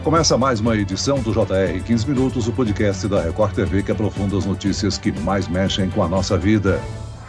Começa mais uma edição do JR 15 Minutos, o podcast da Record TV que aprofunda as notícias que mais mexem com a nossa vida.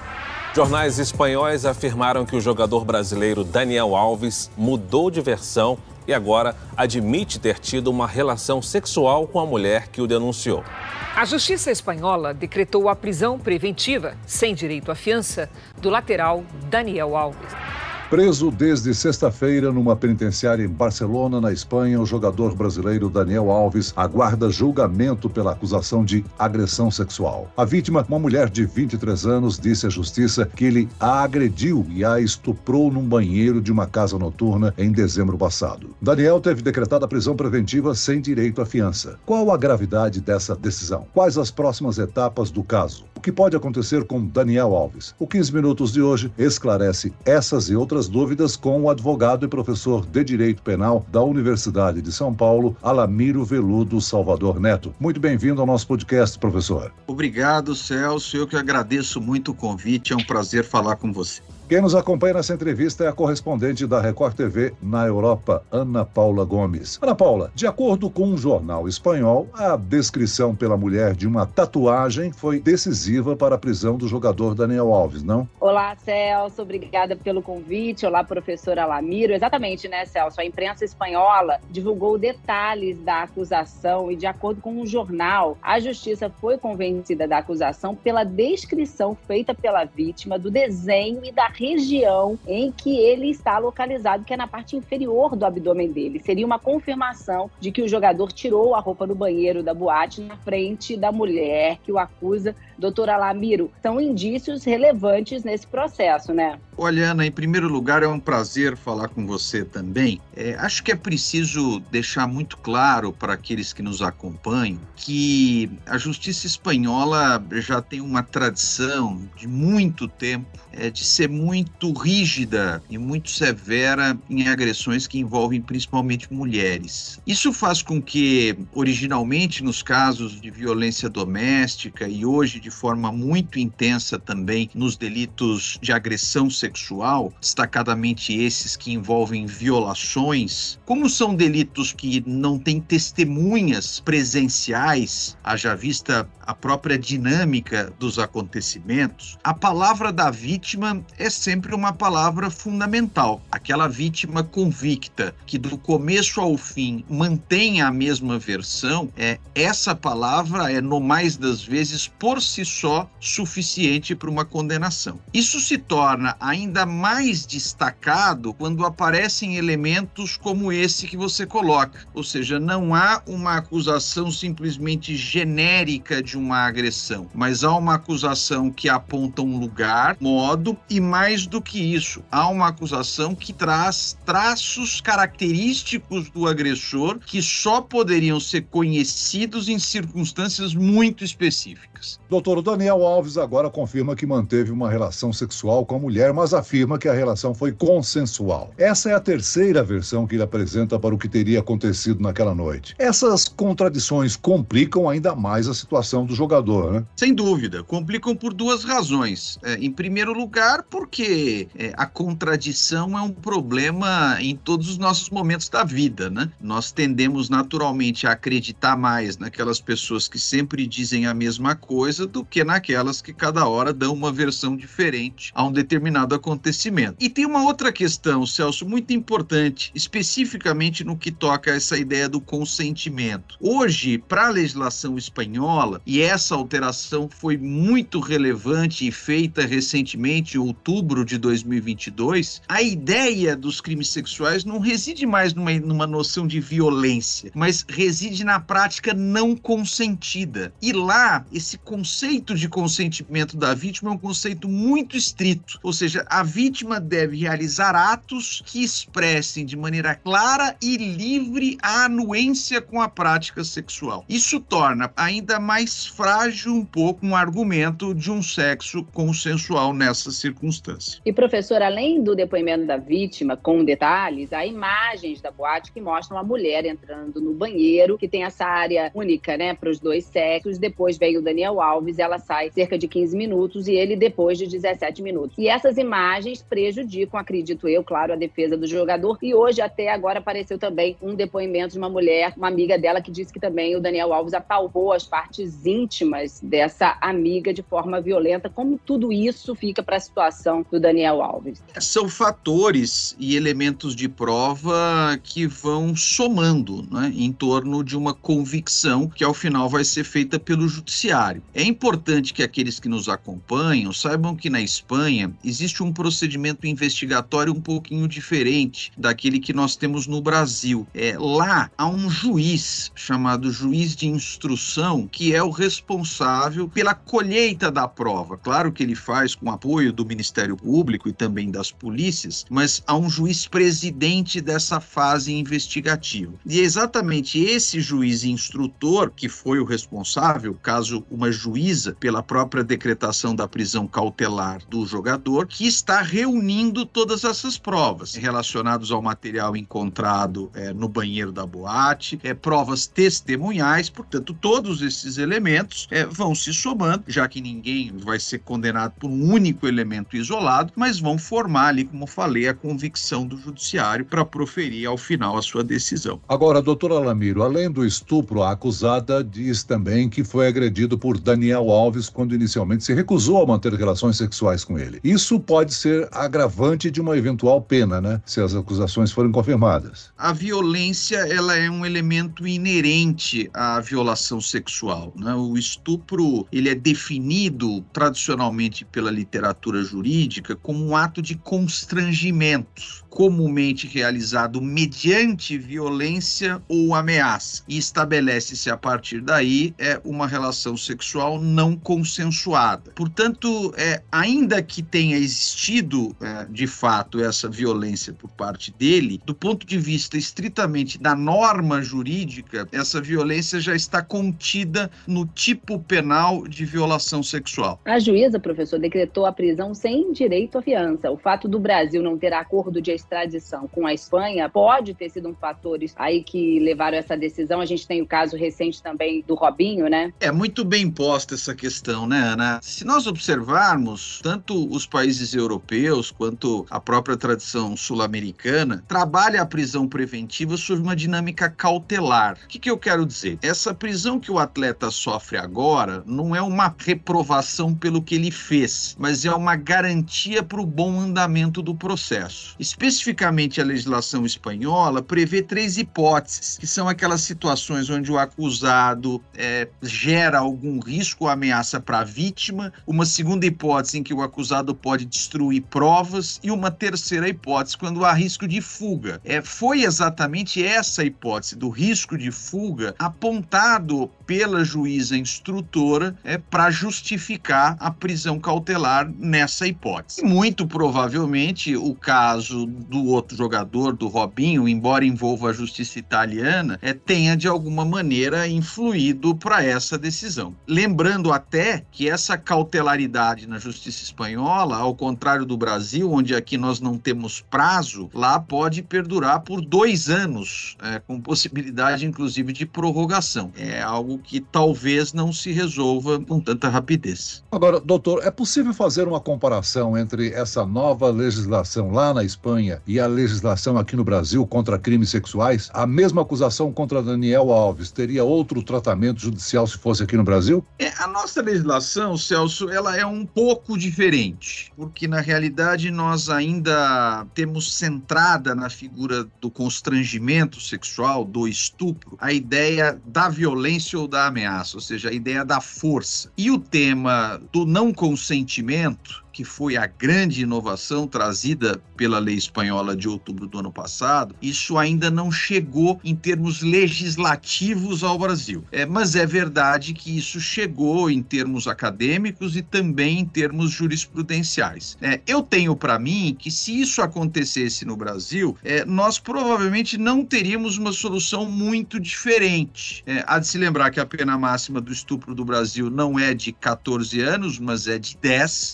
Jornais espanhóis afirmaram que o jogador brasileiro Daniel Alves mudou de versão e agora admite ter tido uma relação sexual com a mulher que o denunciou. A Justiça espanhola decretou a prisão preventiva, sem direito à fiança, do lateral Daniel Alves. Preso desde sexta-feira numa penitenciária em Barcelona, na Espanha, o jogador brasileiro Daniel Alves aguarda julgamento pela acusação de agressão sexual. A vítima, uma mulher de 23 anos, disse à justiça que ele a agrediu e a estuprou num banheiro de uma casa noturna em dezembro passado. Daniel teve decretada prisão preventiva sem direito à fiança. Qual a gravidade dessa decisão? Quais as próximas etapas do caso? O que pode acontecer com Daniel Alves? O 15 Minutos de hoje esclarece essas e outras dúvidas com o advogado e professor de Direito Penal da Universidade de São Paulo, Alamiro Veludo Salvador Neto. Muito bem-vindo ao nosso podcast, professor. Obrigado, Celso. Eu que agradeço muito o convite. É um prazer falar com você. Quem nos acompanha nessa entrevista é a correspondente da Record TV na Europa, Ana Paula Gomes. Ana Paula, de acordo com um jornal espanhol, a descrição pela mulher de uma tatuagem foi decisiva para a prisão do jogador Daniel Alves, não? Olá, Celso. Obrigada pelo convite. Olá, professor Alamiro. Exatamente, né, Celso? A imprensa espanhola divulgou detalhes da acusação e, de acordo com um jornal, a justiça foi convencida da acusação pela descrição feita pela vítima do desenho e da região em que ele está localizado, que é na parte inferior do abdômen dele. Seria uma confirmação de que o jogador tirou a roupa no banheiro da boate na frente da mulher que o acusa. Doutor Alamiro, são indícios relevantes nesse processo, né? Olha, Ana, em primeiro lugar, é um prazer falar com você também. Acho que é preciso deixar muito claro para aqueles que nos acompanham que a justiça espanhola já tem uma tradição de muito tempo de ser muito rígida e muito severa em agressões que envolvem principalmente mulheres. Isso faz com que, originalmente, nos casos de violência doméstica e hoje de forma muito intensa também nos delitos de agressão sexual, destacadamente esses que envolvem violações, como são delitos que não têm testemunhas presenciais, haja vista a própria dinâmica dos acontecimentos, a palavra da vítima é sempre uma palavra fundamental. Aquela vítima convicta que do começo ao fim mantém a mesma versão, essa palavra é, no mais das vezes, por si só, suficiente para uma condenação. Isso se torna ainda mais destacado quando aparecem elementos como esse que você coloca. Ou seja, não há uma acusação simplesmente genérica de uma agressão, mas há uma acusação que aponta um lugar, modo, e mais do que isso, há uma acusação que traz traços característicos do agressor que só poderiam ser conhecidos em circunstâncias muito específicas. Doutor, o Daniel Alves agora confirma que manteve uma relação sexual com a mulher, mas afirma que a relação foi consensual. Essa é a terceira versão que ele apresenta para o que teria acontecido naquela noite. Essas contradições complicam ainda mais a situação do jogador, né? Sem dúvida, complicam por duas razões. Em primeiro lugar, porque a contradição é um problema em todos os nossos momentos da vida, né? Nós tendemos naturalmente a acreditar mais naquelas pessoas que sempre dizem a mesma coisa do que naquelas que cada hora dão uma versão diferente a um determinado acontecimento. E tem uma outra questão, Celso, muito importante, especificamente no que toca a essa ideia do consentimento. Hoje, para a legislação espanhola, e essa alteração foi muito relevante e feita recentemente, em outubro de 2022, a ideia dos crimes sexuais não reside mais numa noção de violência, mas reside na prática não consentida. E lá, esse conceito de consentimento da vítima é um conceito muito estrito, ou seja, a vítima deve realizar atos que expressem de maneira clara e livre a anuência com a prática sexual. Isso torna ainda mais frágil um pouco um argumento de um sexo consensual nessa circunstância. E, professor, além do depoimento da vítima, com detalhes, há imagens da boate que mostram a mulher entrando no banheiro, que tem essa área única, né, para os dois sexos. Depois vem o Daniel Alves, ela sai cerca de 15 minutos e ele depois de 17 minutos. E essas imagens imagens prejudicam, acredito eu, claro, a defesa do jogador. E hoje, até agora, apareceu também um depoimento de uma mulher, uma amiga dela, que disse que também o Daniel Alves apalpou as partes íntimas dessa amiga de forma violenta. Como tudo isso fica para a situação do Daniel Alves? São fatores e elementos de prova que vão somando, né, em torno de uma convicção que, ao final, vai ser feita pelo judiciário. É importante que aqueles que nos acompanham saibam que na Espanha existe um procedimento investigatório um pouquinho diferente daquele que nós temos no Brasil. Lá há um juiz chamado juiz de instrução que é o responsável pela colheita da prova. Claro que ele faz com apoio do Ministério Público e também das polícias, mas há um juiz presidente dessa fase investigativa. E é exatamente esse juiz instrutor que foi o responsável, caso uma juíza, pela própria decretação da prisão cautelar do jogador, que está reunindo todas essas provas relacionadas ao material encontrado no banheiro da boate, provas testemunhais. Portanto, todos esses elementos vão se somando, já que ninguém vai ser condenado por um único elemento isolado, mas vão formar ali, como eu falei, a convicção do judiciário para proferir ao final a sua decisão. Agora, doutora Lamiro, além do estupro, a acusada diz também que foi agredido por Daniel Alves quando inicialmente se recusou a manter relações sexuais com ele. Isso pode ser agravante de uma eventual pena, né? Se as acusações forem confirmadas. A violência, ela é um elemento inerente à violação sexual, né? O estupro, ele é definido tradicionalmente pela literatura jurídica como um ato de constrangimento, comumente realizado mediante violência ou ameaça, e estabelece-se a partir daí uma relação sexual não consensuada. Portanto, ainda que tenha existido de fato essa violência por parte dele, do ponto de vista estritamente da norma jurídica, essa violência já está contida no tipo penal de violação sexual. A juíza, professor, decretou a prisão sem direito à fiança. O fato do Brasil não ter acordo de extradição com a Espanha pode ter sido um fator aí que levaram essa decisão. A gente tem o caso recente também do Robinho, né? É muito bem posta essa questão, né, Ana? Se nós observarmos, tanto os países europeus quanto a própria tradição sul-americana trabalha a prisão preventiva sob uma dinâmica cautelar. O que eu quero dizer? Essa prisão que o atleta sofre agora não é uma reprovação pelo que ele fez, mas é uma garantia para o bom andamento do processo. Especificamente, a legislação espanhola prevê 3 hipóteses, que são aquelas situações onde o acusado gera algum risco ou ameaça para a vítima, uma segunda hipótese em que o acusado pode destruir provas e uma terceira hipótese quando há risco de fuga. Foi exatamente essa hipótese do risco de fuga apontado pela juíza instrutora para justificar a prisão cautelar nessa hipótese. Muito provavelmente o caso do outro jogador, do Robinho, embora envolva a justiça italiana, tenha de alguma maneira influído para essa decisão. Lembrando até que essa cautelaridade na justiça espanhola, ao contrário do Brasil, onde aqui nós não temos prazo, lá pode perdurar por 2 anos, com possibilidade inclusive de prorrogação. É algo que talvez não se resolva com tanta rapidez. Agora, doutor, é possível fazer uma comparação entre essa nova legislação lá na Espanha e a legislação aqui no Brasil contra crimes sexuais? A mesma acusação contra Daniel Alves teria outro tratamento judicial se fosse aqui no Brasil? A nossa legislação, Celso, ela é um pouco diferente, porque na realidade nós ainda temos centrada na figura do constrangimento sexual, do estupro, a ideia da violência ou da ameaça, ou seja, a ideia da força. E o tema do não consentimento, que foi a grande inovação trazida pela lei espanhola de outubro do ano passado, isso ainda não chegou em termos legislativos ao Brasil. Mas é verdade que isso chegou em termos acadêmicos e também em termos jurisprudenciais. Eu tenho para mim que se isso acontecesse no Brasil, nós provavelmente não teríamos uma solução muito diferente. Há de se lembrar que a pena máxima do estupro do Brasil não é de 14 anos, mas é de 10. A jurisprudência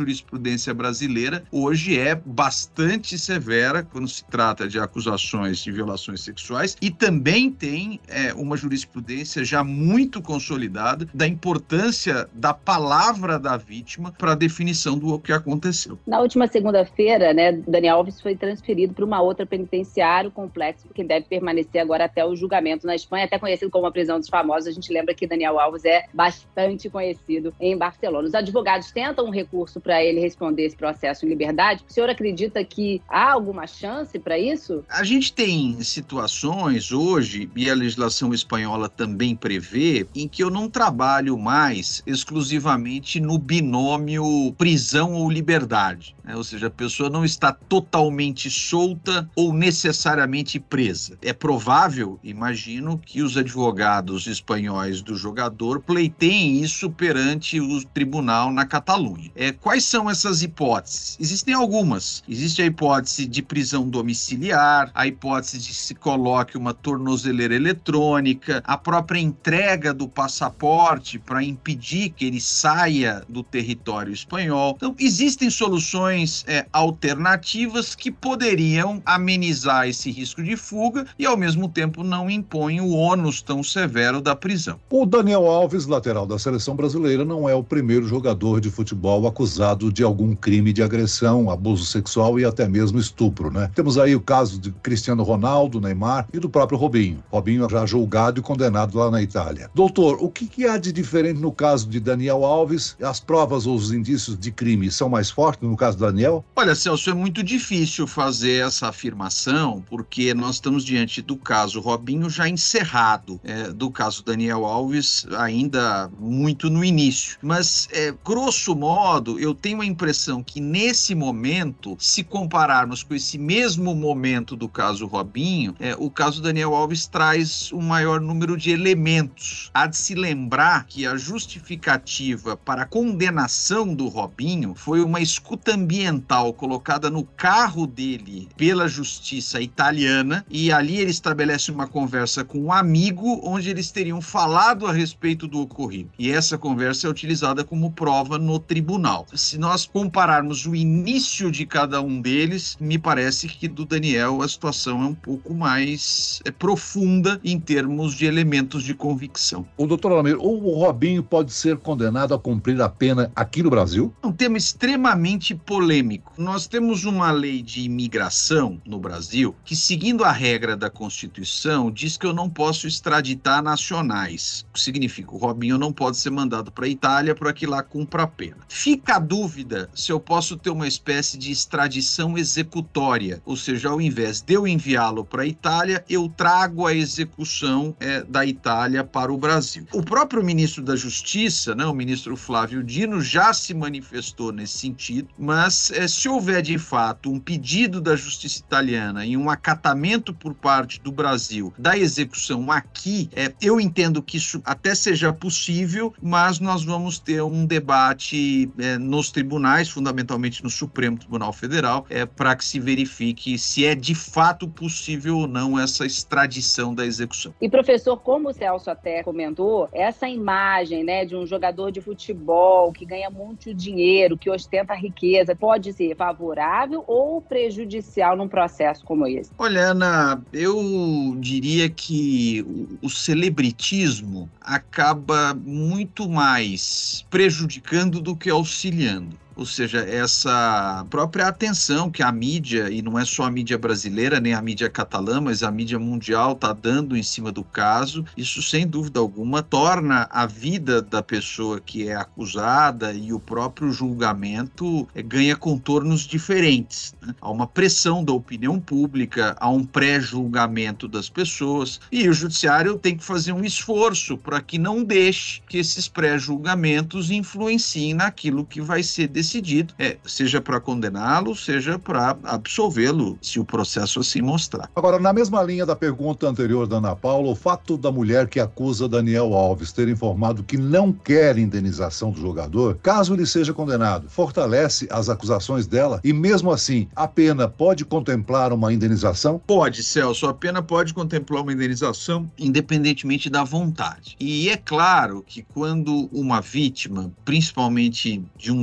jurisprudência brasileira hoje é bastante severa quando se trata de acusações de violações sexuais e também tem uma jurisprudência já muito consolidada da importância da palavra da vítima para a definição do que aconteceu. Na última segunda-feira, Daniel Alves foi transferido para uma outra penitenciária, o complexo, que deve permanecer agora até o julgamento na Espanha, até conhecido como a prisão dos famosos. A gente lembra que Daniel Alves é bastante conhecido em Barcelona. Os advogados tentam um recurso para ele responder esse processo em liberdade. O senhor acredita que há alguma chance para isso? A gente tem situações hoje, e a legislação espanhola também prevê, em que eu não trabalho mais exclusivamente no binômio prisão ou liberdade. Ou seja, a pessoa não está totalmente solta ou necessariamente presa. É provável, imagino, que os advogados espanhóis do jogador pleiteiem isso perante o tribunal na Catalunha. Quais são essas hipóteses? Existem algumas. Existe a hipótese de prisão domiciliar, a hipótese de que se coloque uma tornozeleira eletrônica, a própria entrega do passaporte para impedir que ele saia do território espanhol. Então, existem soluções alternativas que poderiam amenizar esse risco de fuga e, ao mesmo tempo, não impõem o ônus tão severo da prisão. O Daniel Alves, lateral da seleção brasileira, não é o primeiro jogador de futebol acusado de algum crime de agressão, abuso sexual e até mesmo estupro, né? Temos aí o caso de Cristiano Ronaldo, Neymar e do próprio Robinho. Robinho já julgado e condenado lá na Itália. Doutor, o que há de diferente no caso de Daniel Alves? As provas ou os indícios de crime são mais fortes no caso do Daniel? Olha, Celso, é muito difícil fazer essa afirmação porque nós estamos diante do caso Robinho já encerrado, do caso Daniel Alves ainda muito no início. Mas, grosso modo, eu tenho a impressão que nesse momento, se compararmos com esse mesmo momento do caso Robinho, o caso Daniel Alves traz um maior número de elementos. Há de se lembrar que a justificativa para a condenação do Robinho foi uma escuta ambiental colocada no carro dele pela justiça italiana e ali ele estabelece uma conversa com um amigo onde eles teriam falado a respeito do ocorrido. E essa conversa é utilizada como prova no tribunal. Se nós compararmos o início de cada um deles, me parece que do Daniel a situação é um pouco mais profunda em termos de elementos de convicção. O doutor Alamir, o Robinho pode ser condenado a cumprir a pena aqui no Brasil? É um tema extremamente polêmico. Nós temos uma lei de imigração no Brasil que, seguindo a regra da Constituição, diz que eu não posso extraditar nacionais. O que significa que o Robinho não pode ser mandado para a Itália para que lá cumpra a pena. Fica a dúvida se eu posso ter uma espécie de extradição executória, ou seja, ao invés de eu enviá-lo para a Itália, eu trago a execução da Itália para o Brasil. O próprio ministro da Justiça, o ministro Flávio Dino, já se manifestou nesse sentido, mas se houver de fato um pedido da Justiça italiana e um acatamento por parte do Brasil da execução aqui, eu entendo que isso até seja possível, mas nós vamos ter um debate nos tribunais, fundamentalmente no Supremo Tribunal Federal, para que se verifique se é de fato possível ou não essa extradição da execução. E professor, como o Celso até comentou, essa imagem de um jogador de futebol que ganha muito dinheiro, que ostenta riqueza, pode ser favorável ou prejudicial num processo como esse? Olha, Ana, eu diria que o celebritismo acaba muito mais prejudicando do que auxiliando. Ou seja, essa própria atenção que a mídia, e não é só a mídia brasileira, nem a mídia catalã, mas a mídia mundial está dando em cima do caso, isso sem dúvida alguma torna a vida da pessoa que é acusada e o próprio julgamento ganha contornos diferentes. Há uma pressão da opinião pública, há um pré-julgamento das pessoas e o judiciário tem que fazer um esforço para que não deixe que esses pré-julgamentos influenciem naquilo que vai ser decidido, seja para condená-lo, seja para absolvê-lo, se o processo assim mostrar. Agora, na mesma linha da pergunta anterior da Ana Paula, o fato da mulher que acusa Daniel Alves ter informado que não quer indenização do jogador, caso ele seja condenado, fortalece as acusações dela e, mesmo assim, a pena pode contemplar uma indenização? Pode, Celso. A pena pode contemplar uma indenização independentemente da vontade. E é claro que quando uma vítima, principalmente de um delito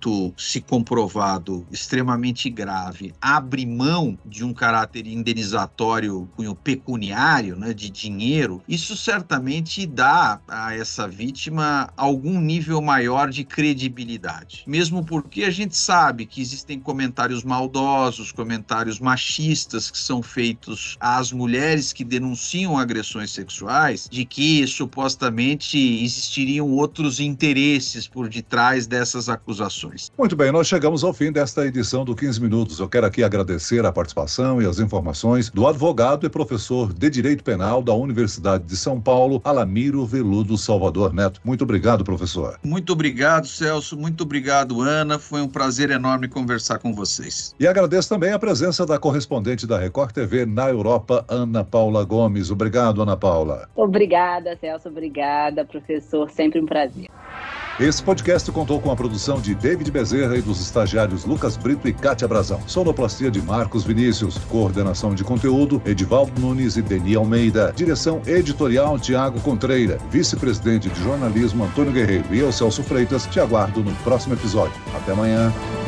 fato se comprovado extremamente grave, abre mão de um caráter indenizatório cunho pecuniário, né, de dinheiro, isso certamente dá a essa vítima algum nível maior de credibilidade. Mesmo porque a gente sabe que existem comentários maldosos, comentários machistas que são feitos às mulheres que denunciam agressões sexuais, de que supostamente existiriam outros interesses por detrás dessas acusações. Muito bem, nós chegamos ao fim desta edição do 15 Minutos. Eu quero aqui agradecer a participação e as informações do advogado e professor de Direito Penal da Universidade de São Paulo, Alamiro Veludo Salvador Neto. Muito obrigado, professor. Muito obrigado, Celso. Muito obrigado, Ana. Foi um prazer enorme conversar com vocês. E agradeço também a presença da correspondente da Record TV na Europa, Ana Paula Gomes. Obrigado, Ana Paula. Obrigada, Celso. Obrigada, professor. Sempre um prazer. Esse podcast contou com a produção de David Bezerra e dos estagiários Lucas Brito e Kátia Brazão. Sonoplastia de Marcos Vinícius. Coordenação de conteúdo, Edivaldo Nunes e Deni Almeida. Direção editorial, Tiago Contreira. Vice-presidente de jornalismo, Antônio Guerreiro. E eu, Celso Freitas, te aguardo no próximo episódio. Até amanhã.